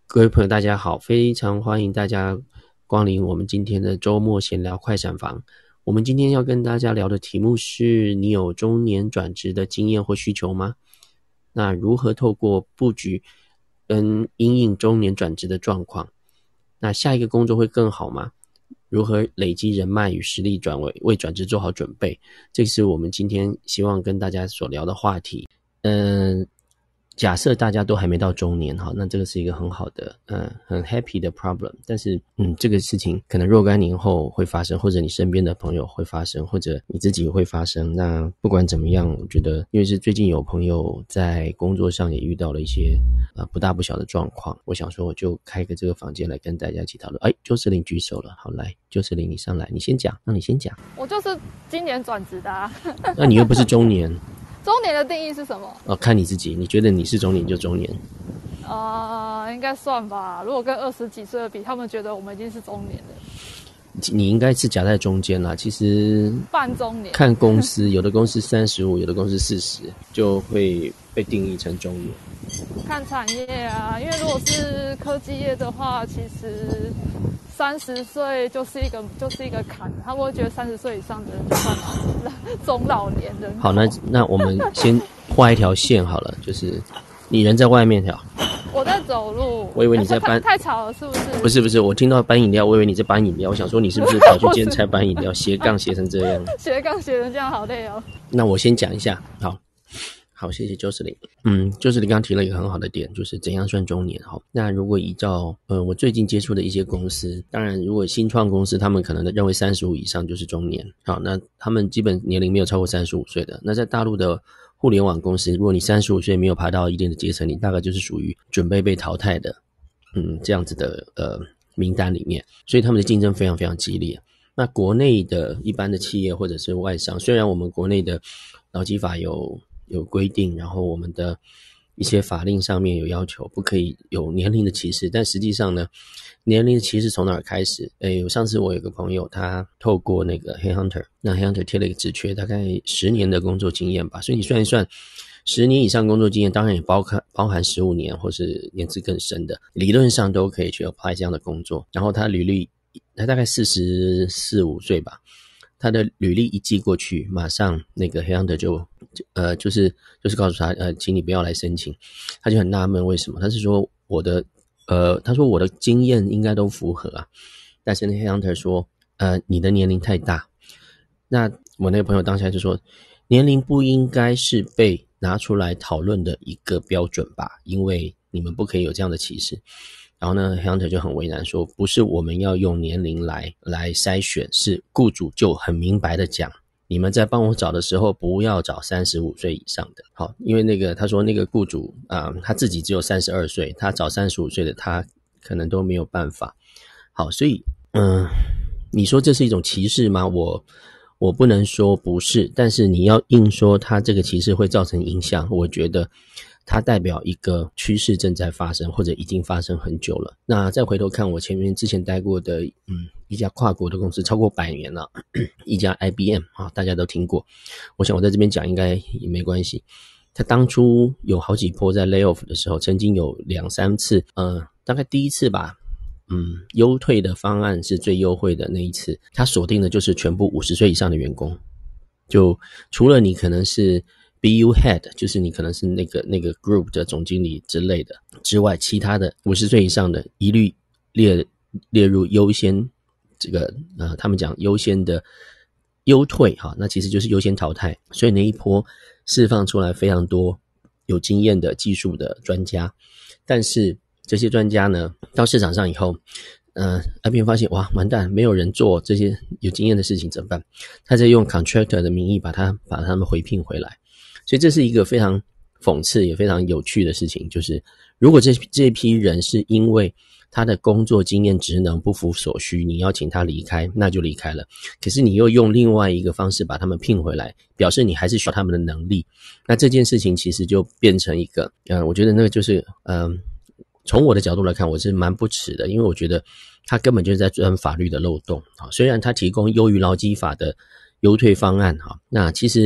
各位朋友大家好，非常欢迎大家光临我们今天的周末闲聊快闪房。我们今天要跟大家聊的题目是：你有中年转职的经验或需求吗？那如何透过布局跟因应中年转职的状况？那下一个工作会更好吗？如何累积人脉与实力为转职做好准备？这是我们今天希望跟大家所聊的话题。假设大家都还没到中年，那这个是一个很好的很 happy 的 problem， 但是这个事情可能若干年后会发生，或者你身边的朋友会发生，或者你自己会发生。那不管怎么样，我觉得因为是最近有朋友在工作上也遇到了一些不大不小的状况，我想说我就开个这个房间来跟大家一起讨论。周世玲举手了，好，来，周世玲你上来，你先讲，让你先讲。 我就是今年转职的啊。 那你又不是中年。 中年的定义是什么？ 看你自己，你觉得你是中年就中年。 应该算吧。如果跟20几岁的比，他们觉得我们已经是中年了。 你应该是夹在中间啦，其实半中年。 看公司，有的公司35，有的公司40，就会被定义成中年。 看产业啊，因为如果是科技业的话，其实30岁就是一个坎，他们会觉得30岁以上的人就算中老年人。 好，那我们先画一条线好了，就是你人在外面条。 我在走路。 我以为你在搬。 太吵了，是不是？ 不是，我听到搬饮料，我以为你在搬饮料，我想说你是不是跑去兼差搬饮料，斜杠斜成这样。 斜杠斜成这样好累哦。 那我先讲一下，好，谢谢周世玲。周世玲刚刚提了一个很好的点，就是怎样算中年。那如果依照我最近接触的一些公司，当然如果新创公司他们可能认为35以上就是中年。好，那他们基本年龄没有超过35岁的。那在大陆的互联网公司，如果你35岁没有爬到一定的阶层，你大概就是属于准备被淘汰的这样子的名单里面。所以他们的竞争非常非常激烈。那国内的一般的企业或者是外商，虽然我们国内的劳基法有规定，然后我们的一些法令上面有要求不可以有年龄的歧视，但实际上呢，年龄的歧视从哪儿开始？上次我有个朋友，他透过那个 Headhunter， 那 Headhunter 贴了一个职缺，大概10年的工作经验吧，所以你算一算10年以上工作经验，当然也包含15年或是年资更深的，理论上都可以去 apply 这样的工作。然后他履历，他大概44、45岁吧，他的履历一寄过去，马上那个 Headhunter 就是告诉他请你不要来申请。他就很纳闷为什么，他说我的经验应该都符合啊，但是那 Headhunter 说你的年龄太大。那我那个朋友当下就说，年龄不应该是被拿出来讨论的一个标准吧，因为你们不可以有这样的歧视。然后呢 Headhunter 就很为难说，不是我们要用年龄来筛选，是雇主就很明白的讲，你们在帮我找的时候不要找35岁以上的。好，因为他说那个雇主他自己只有32岁，他找35岁的他可能都没有办法。好，所以你说这是一种歧视吗？我不能说不是，但是你要硬说他这个歧视会造成影响，我觉得它代表一个趋势正在发生，或者已经发生很久了。那再回头看我之前待过的一家跨国的公司，超过100年了，一家 IBM 大家都听过。我想我在这边讲应该也没关系。他当初有好几波在 layoff 的时候，曾经有2-3次，大概第一次吧，优退的方案是最优惠的那一次，他锁定的就是全部50岁以上的员工，就除了你可能是BU Head， 就是你可能是那个 Group 的总经理之类的之外，其他的50岁以上的一律列入优先，这个他们讲优先的优退那其实就是优先淘汰。所以那一波释放出来非常多有经验的技术的专家，但是这些专家呢到市场上以后IBM 发现哇完蛋，没有人做这些有经验的事情怎么办？他在用 contractor 的名义把他们回聘回来。所以这是一个非常讽刺也非常有趣的事情，就是如果这批人是因为他的工作经验职能不符所需，你要请他离开，那就离开了。可是你又用另外一个方式把他们聘回来，表示你还是需要他们的能力。那这件事情其实就变成一个我觉得那个就是从我的角度来看，我是蛮不耻的，因为我觉得他根本就是在钻法律的漏洞。虽然他提供优于劳基法的优退方案，那其实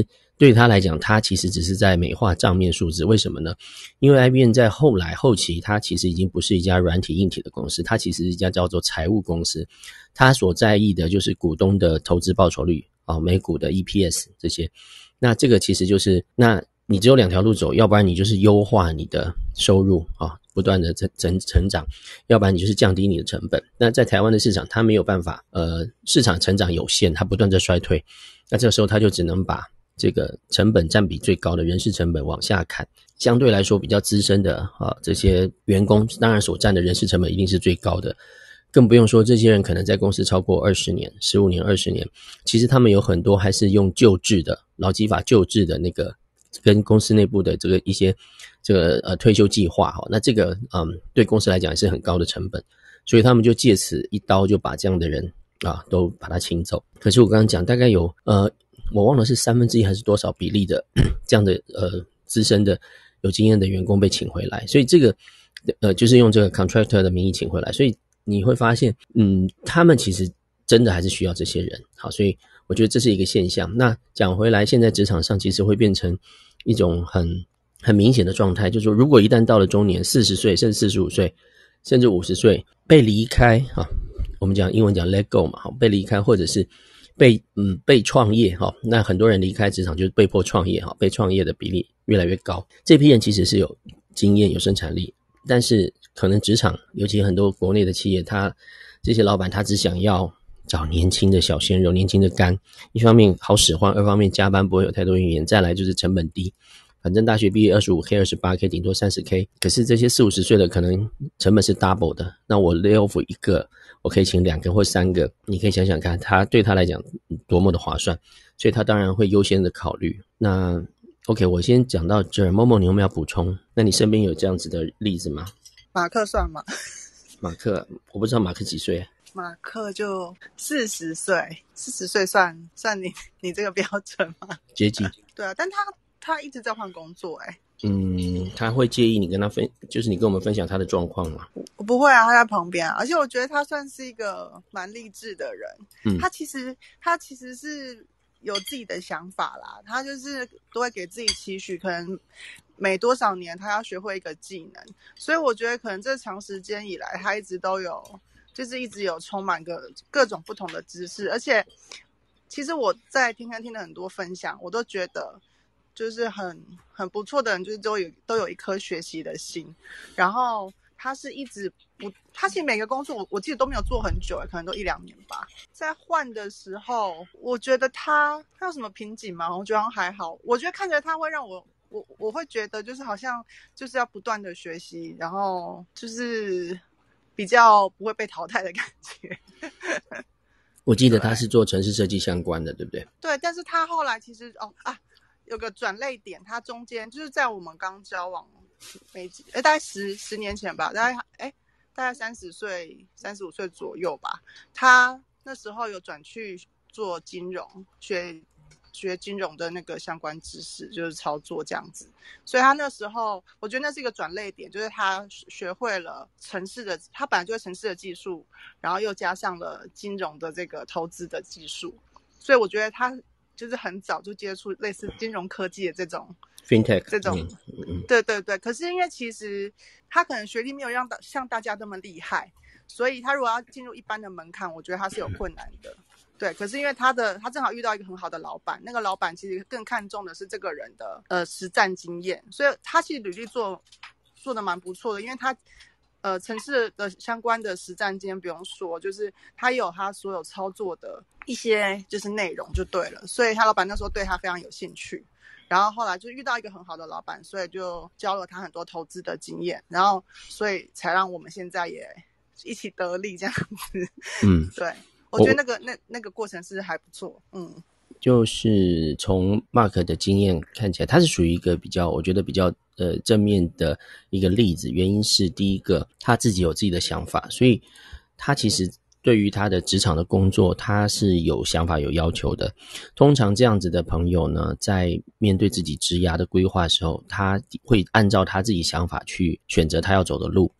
对他来讲，他其实只是在美化账面数字。为什么呢？因为 IBM 在后期，它其实已经不是一家软体硬体的公司，它其实是一家叫做财务公司。它所在意的就是股东的投资报酬率每股的 EPS 这些。那这个其实就是那你只有两条路走，要不然你就是优化你的收入不断的成长，要不然你就是降低你的成本。那在台湾的市场，它没有办法，市场成长有限，它不断在衰退，那这个时候它就只能把这个成本占比最高的人事成本往下砍。相对来说比较资深的这些员工，当然所占的人事成本一定是最高的，更不用说这些人可能在公司超过20年、15年、20年，其实他们有很多还是用旧制的劳基法旧制的那个跟公司内部的这个一些这个退休计划那这个对公司来讲也是很高的成本，所以他们就借此一刀就把这样的人都把他请走。可是我刚刚讲大概有我忘了是1/3还是多少比例的这样的资深的有经验的员工被请回来，所以这个就是用这个 contractor 的名义请回来，所以你会发现他们其实真的还是需要这些人。好，所以我觉得这是一个现象。那讲回来，现在职场上其实会变成一种很明显的状态，就是说如果一旦到了中年40岁甚至45岁甚至50岁被离开我们讲英文讲 let go 嘛，被离开或者是被创业那很多人离开职场就是被迫创业被创业的比例越来越高。这批人其实是有经验有生产力，但是可能职场尤其很多国内的企业，这些老板他只想要找年轻的小鲜肉年轻的肝，一方面好使唤，二方面加班不会有太多怨言，再来就是成本低，反正大学毕业 25K 28K 顶多 30K， 可是这些40-50岁的可能成本是 double 的，那我 lay off 一个我可以请2个或3个，你可以想想看他对他来讲多么的划算，所以他当然会优先的考虑。那 OK 我先讲到这儿，Momo你有没有要补充？那你身边有这样子的例子吗？ 马克算吗？ 马克我不知道马克几岁马克就40岁，40岁算你这个标准吗？ 接近。 对啊，但他一直在换工作他会介意你跟他就是你跟我们分享他的状况吗？ 我不会啊，他在旁边而且我觉得他算是一个蛮励志的人。他其实是有自己的想法啦，他就是都会给自己期许，可能每多少年他要学会一个技能，所以我觉得可能这长时间以来他一直都有就是一直有充满各种不同的知识，而且其实我在听了很多分享，我都觉得就是很不错的人，就是都有一颗学习的心。然后他是一直他其实每个工作我记得都没有做很久，可能都1-2年吧。在换的时候，我觉得他有什么瓶颈吗？我觉得好像还好。我觉得看着他会让我会觉得就是好像就是要不断的学习，然后就是比较不会被淘汰的感觉。 我记得他是做程式设计相关的，对不对？ 对，但是他后来其实有个转捩点，他中间就是在我们刚交往大概10年前吧，大概30岁35岁左右吧。他那时候有转去做金融，学金融的那个相关知识，就是操作这样子。所以他那时候我觉得那是一个转捩点，就是他学会了他本来就会程式的技术，然后又加上了金融的这个投资的技术，所以我觉得他就是很早就接触类似金融科技的这种 fintech 这种对对对。可是因为其实他可能学历没有像大家那么厉害，所以他如果要进入一般的门槛，我觉得他是有困难的。对，可是因为他正好遇到一个很好的老板，那个老板其实更看重的是这个人的实战经验，所以他其实履历做的蛮不错的，因为他程式的相关的实战经验不用说，就是他有他所有操作的一些就是内容就对了，所以他老板那时候对他非常有兴趣，然后后来就遇到一个很好的老板，所以就教了他很多投资的经验，然后所以才让我们现在也一起得利这样子。对，我觉得那个过程是还不错。 就是从 Mark 的经验看起来，他是属于一个我觉得比较正面的一个例子。原因是第一个，他自己有自己的想法，所以他其实对于他的职场的工作，他是有想法有要求的。通常这样子的朋友呢，在面对自己职涯的规划的时候，他会按照他自己想法去选择他要走的路。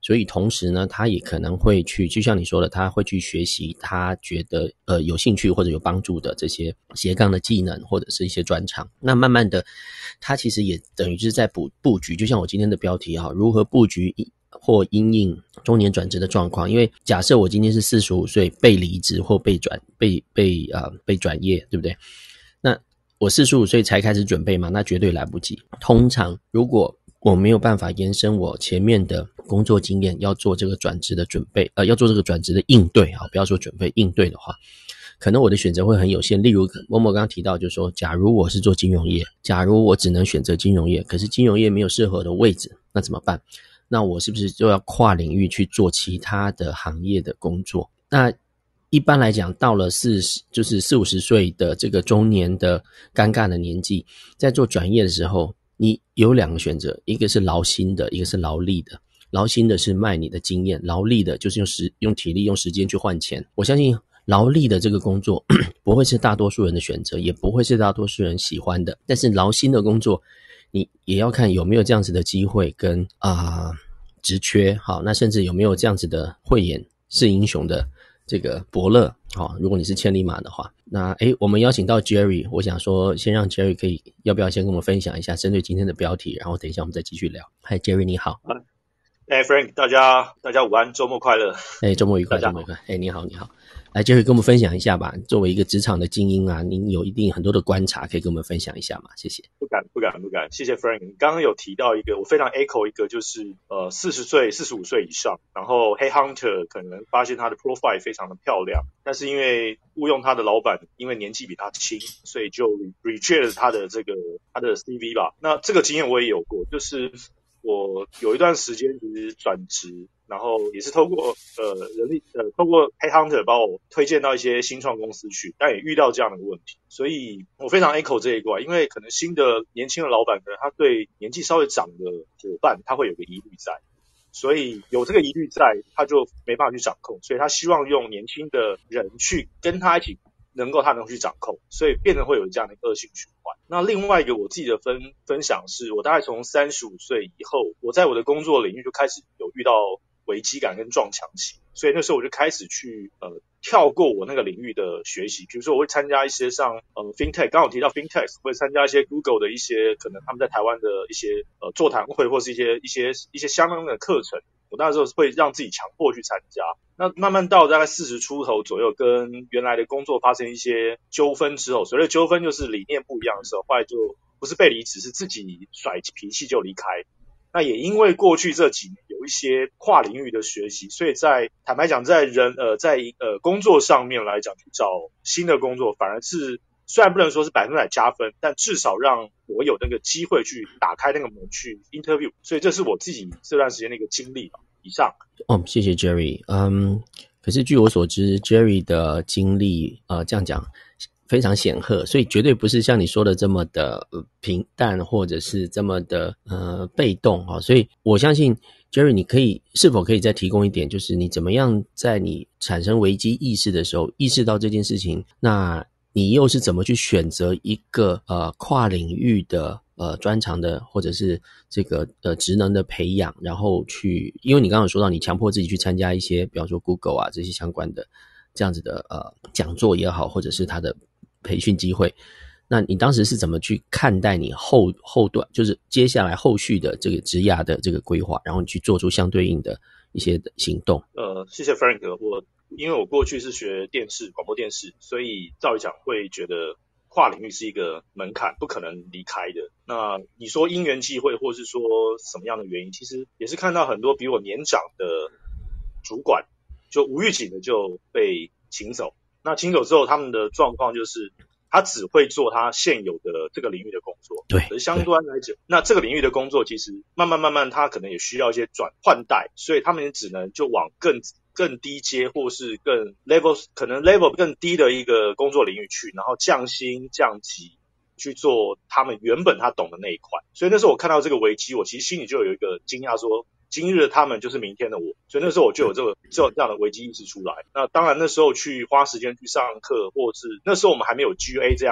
所以同时呢，他也可能会去，就像你说的，他会去学习他觉得有兴趣或者有帮助的这些斜杠的技能或者是一些专长。那慢慢的，他其实也等于是在布局，就像我今天的标题如何布局或因应中年转职的状况。因为假设我今天是45岁被离职或被转业，对不对？那我45岁才开始准备嘛，那绝对来不及。通常如果我没有办法延伸我前面的工作经验，要做这个转职的准备，要做这个转职的应对不要说准备，应对的话，可能我的选择会很有限。例如默默刚刚提到，就是说假如我是做金融业，假如我只能选择金融业，可是金融业没有适合的位置，那怎么办？那我是不是就要跨领域去做其他的行业的工作？那一般来讲，到了就是40-50岁的这个中年的尴尬的年纪，在做转业的时候，你有两个选择，一个是劳心的，一个是劳力的。劳心的是卖你的经验，劳力的就是用体力用时间去换钱。我相信劳力的这个工作不会是大多数人的选择，也不会是大多数人喜欢的，但是劳心的工作你也要看有没有这样子的机会跟职缺，好，那甚至有没有这样子的慧眼识英雄的这个伯乐，好，如果你是千里马的话。那我们邀请到 Jerry， 我想说先让 Jerry 要不要先跟我们分享一下针对今天的标题，然后等一下我们再继续聊。嗨 Jerry 你好。 Frank， 大家午安，周末快乐。 周末愉快，周末愉快。你好。来 Jerry 跟我们分享一下吧，作为一个职场的精英您有一定很多的观察，可以跟我们分享一下吗？谢谢。 不敢，谢谢 Frank。你刚刚有提到一个，我非常 echo 一个，就是40岁、45岁以上，然后 Headhunter 可能发现他的 profile 非常的漂亮，但是因为雇佣他的老板因为年纪比他轻，所以就 reject 他的CV 吧。那这个经验我也有过，就是我有一段时间其实转职，然后也是透过透过 Headhunter 把我推荐到一些新创公司去，但也遇到这样的问题，所以我非常 echo 这一块，因为可能新的年轻的老板可能他对年纪稍微长的伙伴他会有个疑虑在，所以有这个疑虑在，他就没办法去掌控，所以他希望用年轻的人去跟他一起能够去掌控，所以变得会有这样的恶性循环。那另外一个我自己的分享是，我大概从35岁以后，我在我的工作领域就开始有遇到危机感跟撞墙期，所以那时候我就开始去跳过我那个领域的学习，比如说我会参加一些像FinTech， 刚好提到 FinTech， 会参加一些 Google 的一些可能他们在台湾的一些座谈会或是一些相关的课程，我那时候会让自己强迫去参加。那慢慢到大概40出头左右，跟原来的工作发生一些纠纷之后，所谓的纠纷就是理念不一样的时候，后来就不是被离职，是自己甩脾气就离开。那也因为过去这几年有一些跨领域的学习，所以坦白讲在工作上面来讲，去找新的工作反而是虽然不能说是100%加分，但至少让我有那个机会去打开那个门去 interview， 所以这是我自己这段时间的一个经历吧。以上。 谢谢 Jerry。可是据我所知 Jerry 的经历这样讲非常显赫，所以绝对不是像你说的这么的平淡，或者是这么的被动所以我相信 Jerry 你是否可以再提供一点，就是你怎么样在你产生危机意识的时候意识到这件事情，那你又是怎么去选择一个跨领域的专长的或者是这个职能的培养，然后因为你刚刚有说到你强迫自己去参加一些比方说 Google 这些相关的这样子的讲座也好，或者是他的培训机会，那你当时是怎么去看待你后段就是接下来后续的这个职涯的这个规划，然后你去做出相对应的一些行动？ 谢谢 Frank。因为我过去是学广播电视，所以照理讲会觉得跨领域是一个门槛，不可能离开的。那你说因缘际会，或是说什么样的原因，其实也是看到很多比我年长的主管就无预警的就被请走。那请走之后，他们的状况就是他只会做他现有的这个领域的工作。 对， 而相对来讲，那这个领域的工作其实慢慢他可能也需要一些换代，所以他们只能就往更低阶或是可能 level 更低的一个工作领域去，然后降薪降级去做他们原本他懂的那一块。所以那时候我看到这个危机，我其实心里就有一个惊讶，说今日的他们就是明天的我。所以那时候我就有这样的危机意识出来。那当然那时候去花时间去上课，或是那时候我们还没有 GA 这样的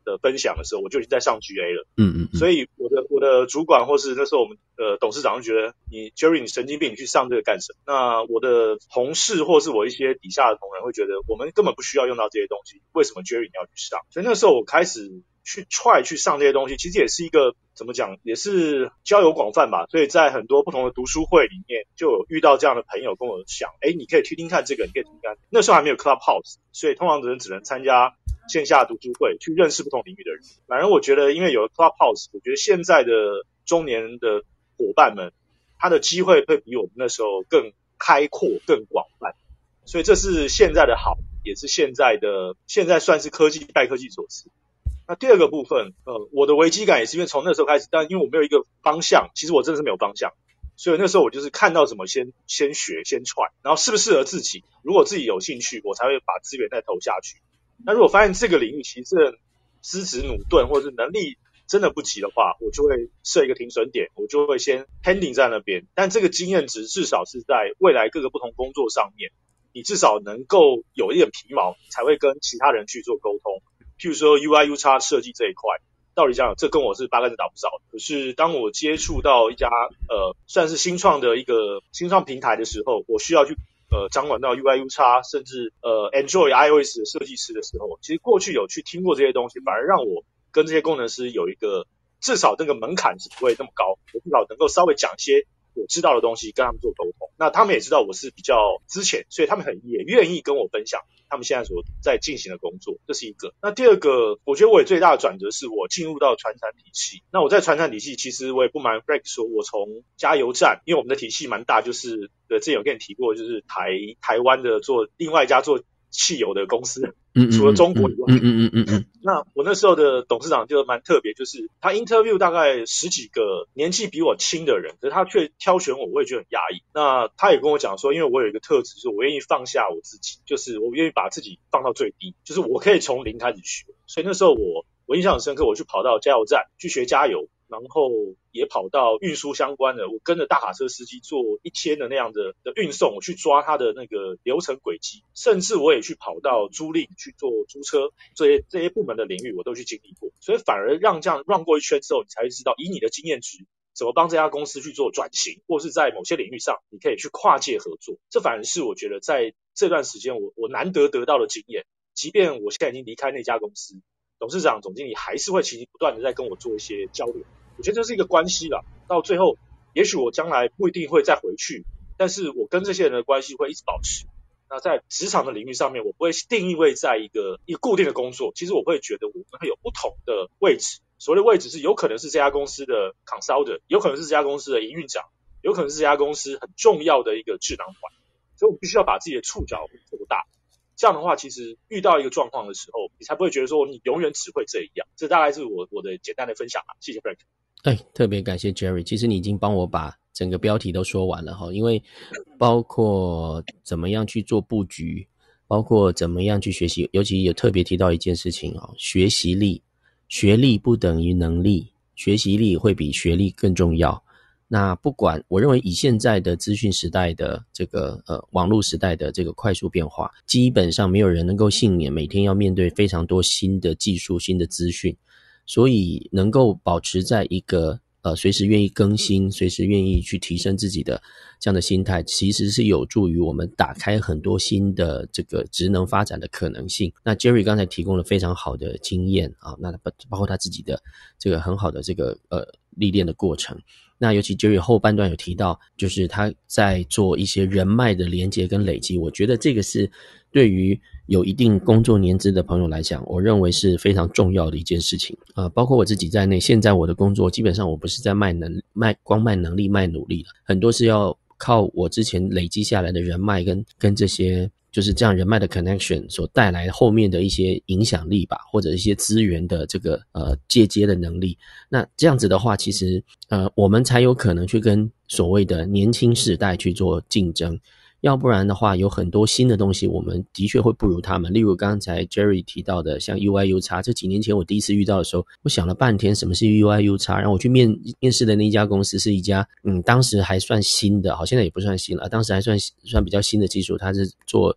的分享的时候，我就已经在上 GA 了。所以我的主管或是那时候我们董事长就觉得你 Jerry 你神经病，你去上这个干什么？那我的同事或是我一些底下的同仁会觉得我们根本不需要用到这些东西，为什么 Jerry 你要去上？所以那时候我开始去 try 去上这些东西，其实也是一个怎么讲，也是交友广泛吧。所以在很多不同的读书会里面，就有遇到这样的朋友跟我讲，你可以听听看这个，你可以听听看。那时候还没有 Clubhouse， 所以通常的人只能参加线下读书会，去认识不同领域的人。反正我觉得，因为有了 Clubhouse， 我觉得现在的中年的伙伴们，他的机会会比我们那时候更开阔、更广泛。所以这是现在的好，也是现在算是科技拜科技所赐。那第二个部分，我的危机感也是因为从那时候开始，但因为我没有一个方向，其实我真的是没有方向，所以那时候我就是看到什么先学先踹，然后适不适合自己，如果自己有兴趣，我才会把资源再投下去。那如果发现这个领域其实资质驽钝或者是能力真的不及的话，我就会设一个停损点，我就会先 pending 在那边。但这个经验值至少是在未来各个不同工作上面，你至少能够有一点皮毛，才会跟其他人去做沟通。譬如说 UI/UX 设计这一块，道理讲这跟我是八竿子打不着的。可是当我接触到一家算是新创的一个新创平台的时候，我需要去掌管到 UI/UX 甚至Android、iOS 的设计师的时候，其实过去有去听过这些东西，反而让我跟这些工程师有一个至少那个门槛是不会那么高，我至少能够稍微讲一些我知道的东西跟他们做沟通。那他们也知道我是比较资浅，所以他们也愿意跟我分享他们现在所在进行的工作，这是一个。那第二个，我觉得我也最大的转折是我进入到传产体系。那我在传产体系，其实我也不瞒 Frank 说，我从加油站，因为我们的体系蛮大，就是之前有跟你提过，就是台湾的做另外一家做汽油的公司，除了中国以外，那我那时候的董事长就蛮特别，就是他 interview 大概十几个年纪比我轻的人，可是他却挑选我也觉得很压抑。那他也跟我讲说，因为我有一个特质，就是我愿意放下我自己，就是我愿意把自己放到最低，就是我可以从零开始学。所以那时候我印象很深刻，我去跑到加油站去学加油，然后也跑到运输相关的，我跟着大卡车司机做一天的那样的运送，我去抓他的那个流程轨迹，甚至我也去跑到租赁去做租车，这些部门的领域我都去经历过。所以反而让这样 run 过一圈之后，你才会知道以你的经验值怎么帮这家公司去做转型，或是在某些领域上你可以去跨界合作。这反而是我觉得在这段时间我难得得到的经验。即便我现在已经离开那家公司，董事长总经理还是会其实不断的在跟我做一些交流。我觉得这是一个关系啦，到最后也许我将来不一定会再回去，但是我跟这些人的关系会一直保持。那在职场的领域上面，我不会定义位在一个固定的工作，其实我会觉得我们会有不同的位置。所谓的位置是有可能是这家公司的 consultant， 有可能是这家公司的营运长，有可能是这家公司很重要的一个智囊团，所以我们必须要把自己的触角做大。这样的话，其实遇到一个状况的时候，你才不会觉得说你永远只会这样。这大概是我的简单的分享啊，谢谢 Frank。 特别感谢 Jerry， 其实你已经帮我把整个标题都说完了哈，因为包括怎么样去做布局，包括怎么样去学习，尤其有特别提到一件事情学习力，学历不等于能力，学习力会比学历更重要。那不管，我认为以现在的资讯时代的这个网络时代的这个快速变化，基本上没有人能够幸免每天要面对非常多新的技术、新的资讯，所以能够保持在一个随时愿意更新，随时愿意去提升自己的这样的心态，其实是有助于我们打开很多新的这个职能发展的可能性。那 Jerry 刚才提供了非常好的经验那包括他自己的这个很好的这个历练的过程。那尤其 Jerry 后半段有提到，就是他在做一些人脉的连结跟累积，我觉得这个是对于有一定工作年资的朋友来讲，我认为是非常重要的一件事情。包括我自己在内，现在我的工作基本上我不是在光卖能力卖努力了，很多是要靠我之前累积下来的人脉跟这些就是这样人脉的 connection 所带来后面的一些影响力吧，或者一些资源的这个借接的能力。那这样子的话，其实我们才有可能去跟所谓的年轻世代去做竞争。要不然的话，有很多新的东西我们的确会不如他们。例如刚才 Jerry 提到的像 UI/UX， 这几年前我第一次遇到的时候，我想了半天什么是 UI/UX， 然后我去面试的那一家公司是一家当时还算新的，好现在也不算新了，当时还算比较新的技术，它是做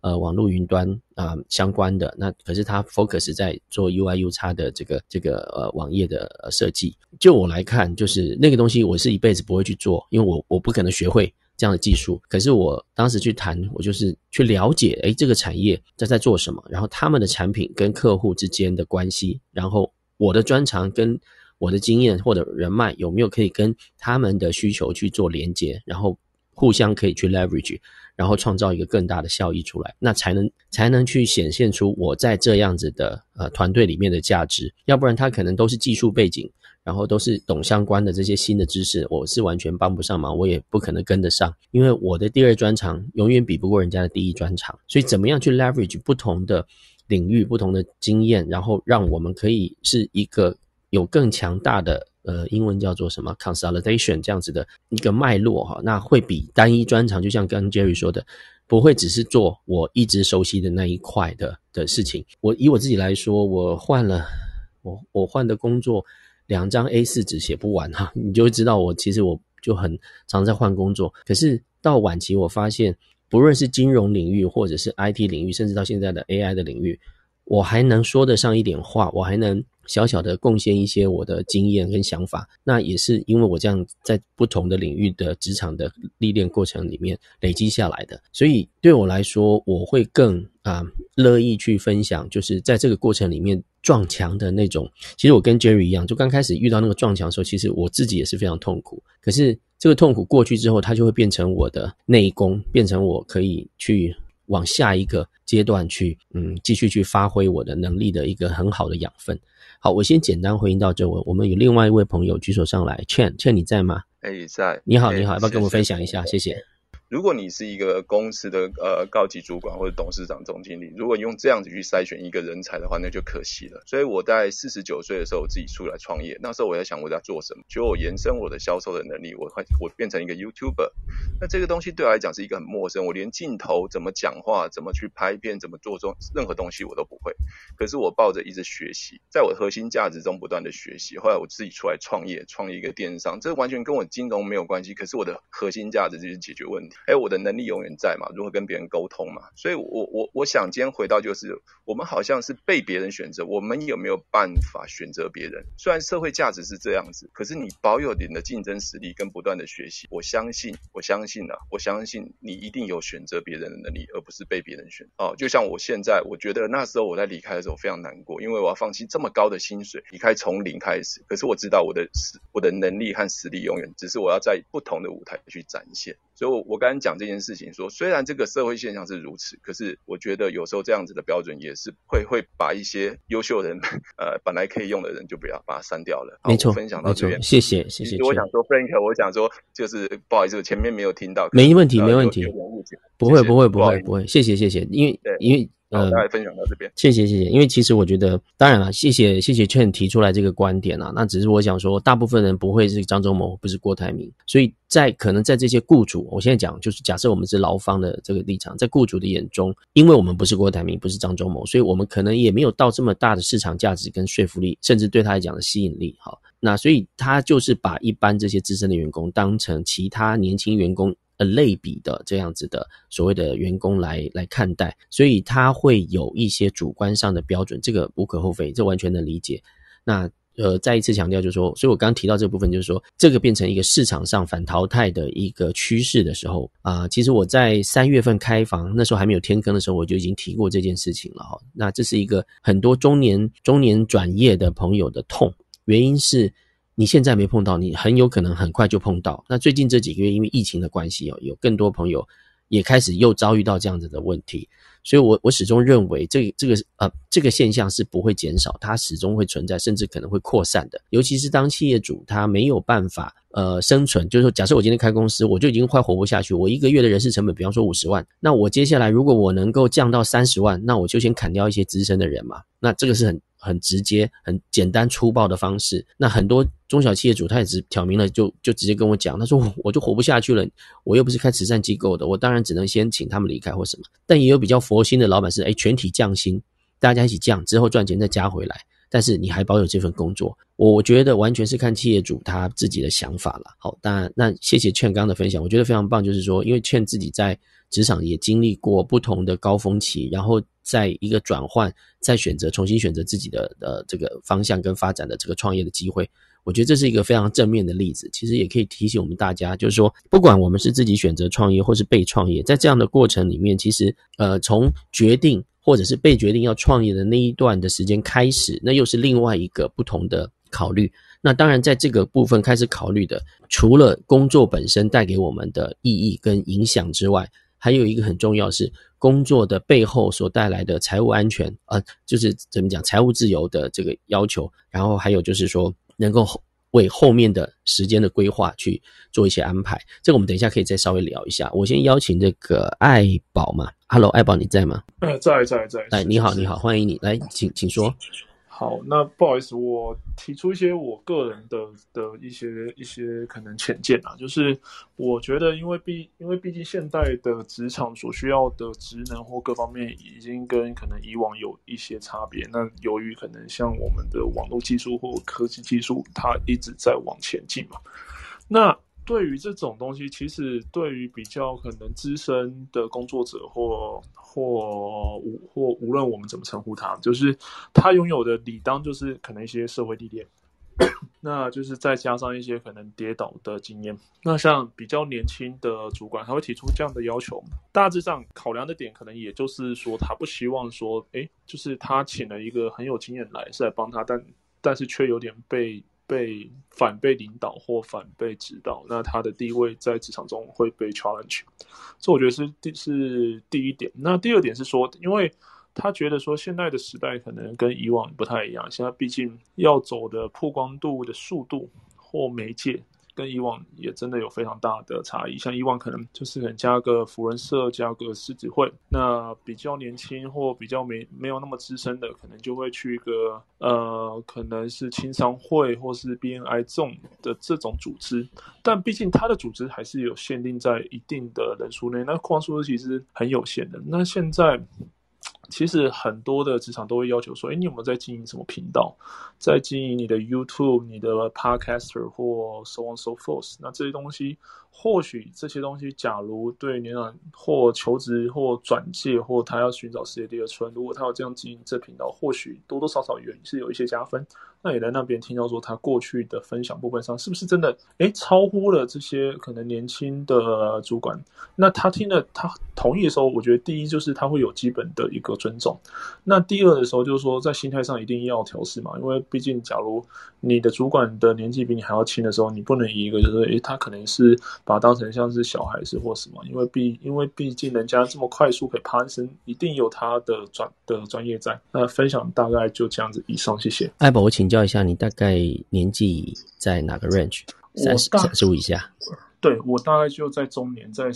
网络云端相关的，那可是他 focus 在做 UI/UX 的这个网页的设计。就我来看，就是那个东西我是一辈子不会去做，因为我不可能学会这样的技术。可是我当时去谈，我就是去了解这个产业在做什么，然后他们的产品跟客户之间的关系，然后我的专长跟我的经验或者人脉有没有可以跟他们的需求去做连接，然后互相可以去 leverage， 然后创造一个更大的效益出来，那才能去显现出我在这样子的团队里面的价值。要不然他可能都是技术背景，然后都是懂相关的这些新的知识，我是完全帮不上忙，我也不可能跟得上，因为我的第二专长永远比不过人家的第一专长。所以怎么样去 leverage 不同的领域、不同的经验，然后让我们可以是一个有更强大的英文叫做什么 consolidation 这样子的一个脉络那会比单一专长，就像刚刚 Jerry 说的，不会只是做我一直熟悉的那一块的事情。以我自己来说，我换的工作2张 A4 纸写不完你就会知道其实我就很常在换工作。可是到晚期我发现，不论是金融领域或者是 IT 领域，甚至到现在的 AI 的领域，我还能说得上一点话，我还能小小的贡献一些我的经验跟想法，那也是因为我这样在不同的领域的职场的历练过程里面累积下来的。所以对我来说，我会更乐意去分享，就是在这个过程里面撞墙的那种。其实我跟 Jerry 一样，就刚开始遇到那个撞墙的时候，其实我自己也是非常痛苦，可是这个痛苦过去之后，它就会变成我的内功，变成我可以去往下一个阶段去继续去发挥我的能力的一个很好的养分。好，我先简单回应到这位，我们有另外一位朋友举手上来 Chen 你在吗？ 在。 你好，要不要跟我们分享一下？谢谢。 如果你是一个公司的高级主管或者董事长、总经理，如果用这样子去筛选一个人才的话，那就可惜了。所以我在49岁的时候，我自己出来创业。那时候我在想我在做什么，就我延伸我的销售的能力，我变成一个 YouTuber。那这个东西对我来讲是一个很陌生，我连镜头怎么讲话、怎么去拍片、怎么做任何东西我都不会。可是我抱着一直学习，在我的核心价值中不断的学习。后来我自己出来创业一个电商，这完全跟我金融没有关系，可是我的核心价值就是解决问题。我的能力永远在嘛，如何跟别人沟通嘛。所以我想今天回到就是我们好像是被别人选择，我们有没有办法选择别人？虽然社会价值是这样子，可是你保有你的竞争实力跟不断的学习，我相信你一定有选择别人的能力，而不是被别人选。就像我现在，我觉得那时候我在离开的时候非常难过，因为我要放弃这么高的薪水，离开从零开始。可是我知道我的能力和实力永远只是我要在不同的舞台去展现。所以我刚才讲这件事情说，虽然这个社会现象是如此，可是我觉得有时候这样子的标准也是会把一些优秀人本来可以用的人就不要把它删掉了。 没错， 分享到这边， 谢谢。 我想说 Frank， 我想说就是不好意思，我前面没有听到。 没问题，不会，谢谢，因为大概分享到这边， 谢谢。因为其实我觉得，当然了，谢谢Chen提出来这个观点那只是我想说，大部分人不会是张忠谋，不是郭台铭，所以可能在这些雇主，我现在讲就是假设我们是劳方的这个立场，在雇主的眼中，因为我们不是郭台铭，不是张忠谋，所以我们可能也没有到这么大的市场价值跟说服力，甚至对他来讲的吸引力。好，那所以他就是把一般这些资深的员工当成其他年轻员工类比的这样子的所谓的员工来看待，所以他会有一些主观上的标准，这个无可厚非，这完全能理解。那再一次强调就是说，所以我刚刚提到这个部分就是说，这个变成一个市场上反淘汰的一个趋势的时候其实我在3月份开房那时候还没有天坑的时候，我就已经提过这件事情了那这是一个很多中年转业的朋友的痛，原因是你现在没碰到，你很有可能很快就碰到。那最近这几个月因为疫情的关系有更多朋友也开始又遭遇到这样子的问题，所以我始终认为这个现象是不会减少，它始终会存在，甚至可能会扩散的。尤其是当企业主他没有办法生存，就是说假设我今天开公司，我就已经快活不下去，我一个月的人事成本比方说50万，那我接下来如果我能够降到30万，那我就先砍掉一些资深的人嘛，那这个是很直接很简单粗暴的方式。那很多中小企业主他也只挑明了就直接跟我讲，他说我就活不下去了，我又不是开慈善机构的，我当然只能先请他们离开或什么。但也有比较佛心的老板是全体降薪，大家一起降之后赚钱再加回来，但是你还保有这份工作。我觉得完全是看企业主他自己的想法了。好，那谢谢Chen刚刚的分享，我觉得非常棒，就是说因为Chen自己在职场也经历过不同的高峰期，然后在一个转换，再重新选择自己的这个方向跟发展的这个创业的机会。我觉得这是一个非常正面的例子，其实也可以提醒我们大家，就是说不管我们是自己选择创业或是被创业，在这样的过程里面，其实从决定或者是被决定要创业的那一段的时间开始，那又是另外一个不同的考虑。那当然在这个部分开始考虑的，除了工作本身带给我们的意义跟影响之外，还有一个很重要是工作的背后所带来的财务安全，就是怎么讲，财务自由的这个要求，然后还有就是说能够为后面的时间的规划去做一些安排。这个我们等一下可以再稍微聊一下。我先邀请这个爱宝嘛 ，Hello， 爱宝你在吗？ 在。 哎，你好，欢迎你来，请说。 好，那不好意思，我提出一些我个人的一些可能浅见啊，就是我觉得因为毕竟现代的职场所需要的职能或各方面已经跟可能以往有一些差别。那由于可能像我们的网络技术或科技技术，它一直在往前进嘛，那对于这种东西，其实对于比较可能资深的工作者或无论我们怎么称呼他，就是他拥有的理当就是可能一些社会历练，那就是再加上一些可能跌倒的经验。那像比较年轻的主管，他会提出这样的要求，大致上考量的点可能也就是说，他不希望说，就是他请了一个很有经验来是来帮他，但是却有点反被领导或反被指导，那他的地位在职场中会被 challenge。 这我觉得是第一点。那第二点是说，因为他觉得说现在的时代可能跟以往不太一样，现在毕竟要走的曝光度的速度或媒介跟以往也真的有非常大的差异。像以往可能加个福人社，加个狮子会，那比较年轻或比较没有那么资深的，可能就会去一个可能是青商会或是 BNI 的这种组织，但毕竟它的组织还是有限定在一定的人数内，那框数其实很有限的。那现在其实很多的职场都会要求说，你有没有在经营什么频道，在经营你的 YouTube、你的 Podcaster 或 so on so forth。 那这些东西，或许这些东西假如对年长或求职或转介或他要寻找事业第二春，如果他要这样经营这频道，或许多多少少是有一些加分。那也在那边听到说他过去的分享部分上是不是真的超乎了这些可能年轻的主管。那他同意的时候，我觉得第一就是他会有基本的一个尊重，那第二的时候就是说在心态上一定要调适嘛，因为毕竟假如你的主管的年纪比你还要轻的时候，你不能以一个就是他可能是把他当成像是小孩子或什么，因为毕竟人家这么快速可以攀升，一定有他的专业在。那分享大概就这样子，以上，谢谢。 爱宝，我请教一下，你大概年纪在哪个 range？ 35以下？ 对，我大概就在中年，在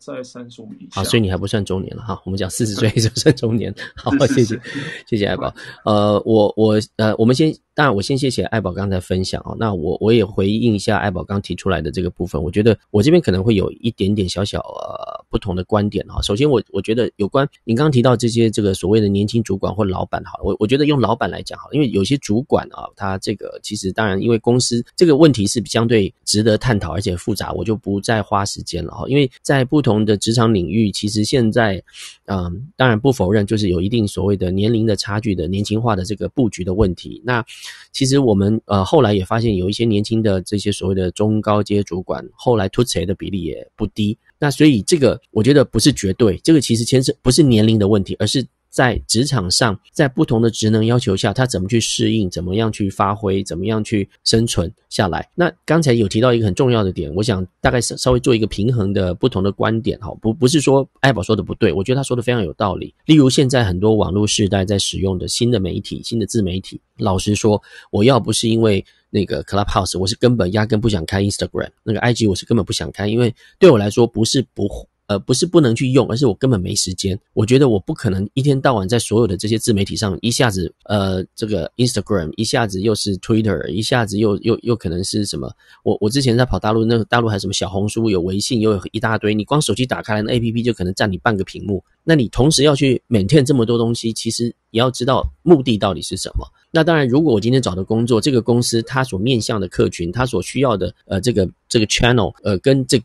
35以下。 好，所以你还不算中年了哈。我们讲40岁就算中年。好，谢谢爱宝。我们先，当然我先谢谢爱宝刚才分享哦。那我也回应一下爱宝刚提出来的这个部分。我觉得我这边可能会有一点点小小不同的观点哈。首先我觉得有关您刚刚提到这些这个所谓的年轻主管或老板好了，我觉得用老板来讲好了，因为有些主管啊，他这个其实当然因为公司这个问题是相对值得探讨而且复杂，我就不再花时间了哈。因为在不同的职场领域，其实现在当然不否认就是有一定所谓的年龄的差距的年轻化的这个布局的问题。那其实我们后来也发现有一些年轻的这些所谓的中高阶主管，后来突袭的比例也不低。那所以这个我觉得不是绝对，这个其实牵涉不是年龄的问题，而是在职场上，在不同的职能要求下，他怎么去适应，怎么样去发挥，怎么样去生存下来。那刚才有提到一个很重要的点，我想大概稍微做一个平衡的不同的观点，不是说爱宝说的不对，我觉得他说的非常有道理。例如现在很多网络世代在使用的新的媒体、新的自媒体，老实说，我要不是因为那个 Clubhouse， 我是压根不想开 Instagram， 那个 IG 我是根本不想开，因为对我来说不是不能去用，而是我根本没时间。我觉得我不可能一天到晚在所有的这些自媒体上，一下子这个 Instagram， 一下子又是 Twitter， 一下子又可能是什么。我之前在跑大陆，那个大陆还有什么小红书，有微信，又有一大堆，你光手机打开来，那 APP 就可能占你半个屏幕。那你同时要去 maintain 这么多东西，其实也要知道目的到底是什么。那当然，如果我今天找的工作，这个公司它所面向的客群，它所需要的这个 channel， 跟这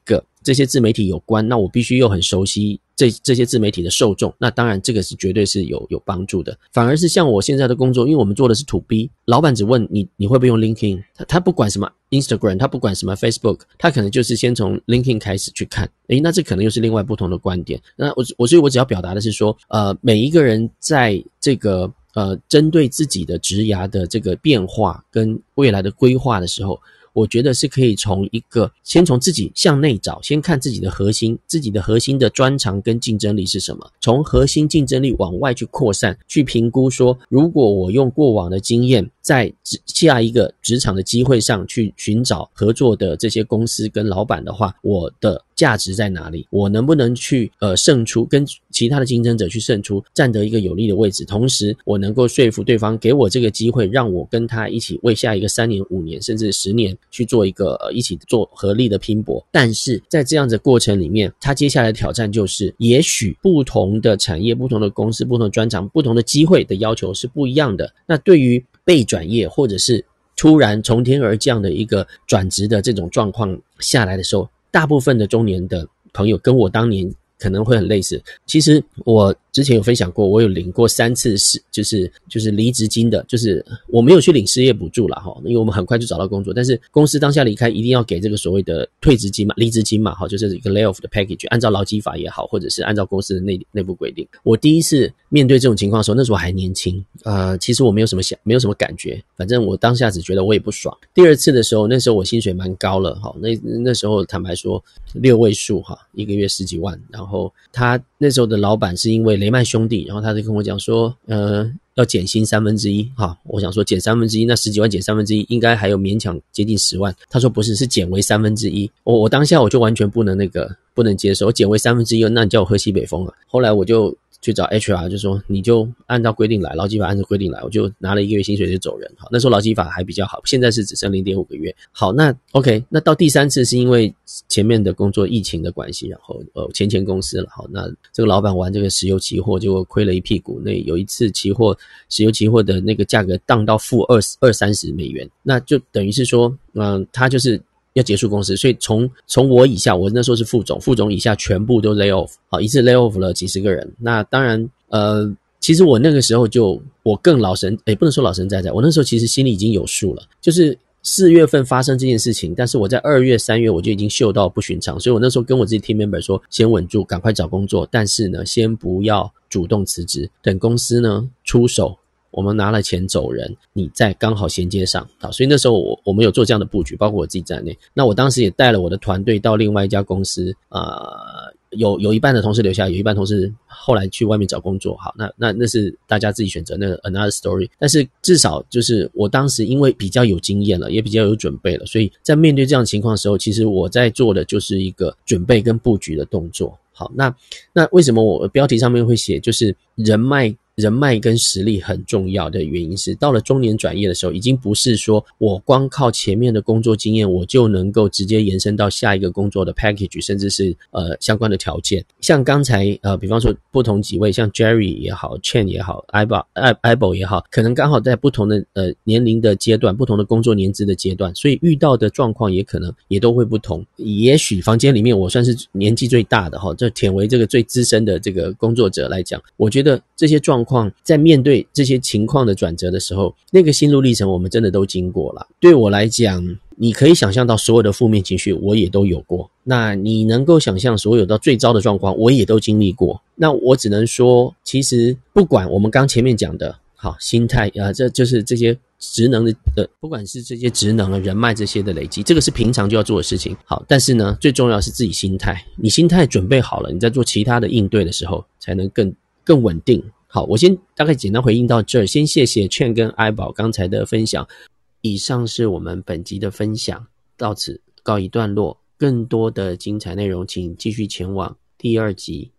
这些自媒体有关，那我必须又很熟悉这些自媒体的受众，那当然这个是绝对是有帮助的。反而是像我现在的工作，因为我们做的是 to B， 老板只问你会不会用 LinkedIn， 他不管什么 Instagram， 他不管什么 Facebook， 他可能就是先从 LinkedIn 开始去看。那这可能又是另外不同的观点。那所以我只要表达的是说，每一个人在这个针对自己的职涯的这个变化跟未来的规划的时候，我觉得是可以先从自己向内找，先看自己的核心的专长跟竞争力是什么，从核心竞争力往外去扩散，去评估说，如果我用过往的经验在下一个职场的机会上去寻找合作的这些公司跟老板的话，我的价值在哪里？我能不能去胜出，跟其他的竞争者去胜出，占得一个有利的位置，同时我能够说服对方给我这个机会，让我跟他一起为下一个3年5年甚至10年去做一个一起做合力的拼搏。但是在这样的过程里面，他接下来的挑战就是也许不同的产业、不同的公司、不同的专长、不同的机会的要求是不一样的。那对于被转业或者是突然从天而降的一个转职的这种状况下来的时候，大部分的中年的朋友跟我当年可能会很类似。其实我之前有分享过，我有领过3次就是离职金的，就是我没有去领失业补助啦，因为我们很快就找到工作，但是公司当下离开一定要给这个所谓的退职金嘛、离职金嘛，就是一个 layoff 的 package， 按照劳基法也好，或者是按照公司的内部规定。我第一次面对这种情况的时候，那时候我还年轻，其实我没有什么感觉，反正我当下只觉得我也不爽。第二次的时候，那时候我薪水蛮高了，那时候坦白说6位数一个月10几万，然后他那时候的老板是因为雷曼兄弟，然后他就跟我讲说要减薪1/3，我想说减1/3，那10几万减1/3应该还有勉强接近10万。他说不是，是减为1/3。我当下我就完全不能接受，我减为1/3，那你叫我喝西北风了。后来我就去找 HR， 就说你就按照规定来，劳基法按照规定来，我就拿了1个月薪水就走人。好，那时候劳基法还比较好，现在是只剩 0.5 个月。好，那 OK， 那到第3次是因为前面的工作疫情的关系，然后前公司了。好，那这个老板玩这个石油期货，结果亏了一屁股。那有一次石油期货的那个价格荡到负20-30美元，那就等于是说他就是要结束公司，所以从我以下，我那时候是副总以下全部都 lay off， 好，一次 lay off 了几十个人。那当然其实我那个时候我更老神，不能说老神在在，我那时候其实心里已经有数了，就是4月份发生这件事情，但是我在2月3月我就已经嗅到不寻常，所以我那时候跟我自己 team member 说，先稳住，赶快找工作，但是呢先不要主动辞职，等公司呢出手，我们拿了钱走人，你再刚好衔接上。好，所以那时候我们有做这样的布局，包括我自己在内。那我当时也带了我的团队到另外一家公司，有一半的同事留下，有一半同事后来去外面找工作。好，那是大家自己选择，那个 another story。但是至少就是我当时因为比较有经验了，也比较有准备了，所以在面对这样的情况的时候，其实我在做的就是一个准备跟布局的动作。好，那为什么我标题上面会写就是人脉跟实力很重要的原因是，到了中年转业的时候，已经不是说我光靠前面的工作经验我就能够直接延伸到下一个工作的 package， 甚至是相关的条件。像刚才比方说不同几位，像 Jerry 也好 Chen 也好 Aibo 也好，可能刚好在不同的年龄的阶段，不同的工作年资的阶段，所以遇到的状况也可能也都会不同。也许房间里面我算是年纪最大的这忝为这个最资深的这个工作者来讲，我觉得这些状况在面对这些情况的转折的时候，那个心路历程我们真的都经过了。对我来讲，你可以想象到所有的负面情绪我也都有过，那你能够想象所有到最糟的状况我也都经历过。那我只能说，其实不管我们刚前面讲的好心态这就是这些职能的不管是这些职能人脉这些的累积，这个是平常就要做的事情。好，但是呢最重要是自己心态，你心态准备好了，你在做其他的应对的时候才能更稳定。好，我先大概简单回应到这儿，先谢谢 Chen 跟 Aibo 刚才的分享。以上是我们本集的分享，到此告一段落。更多的精彩内容请继续前往第2集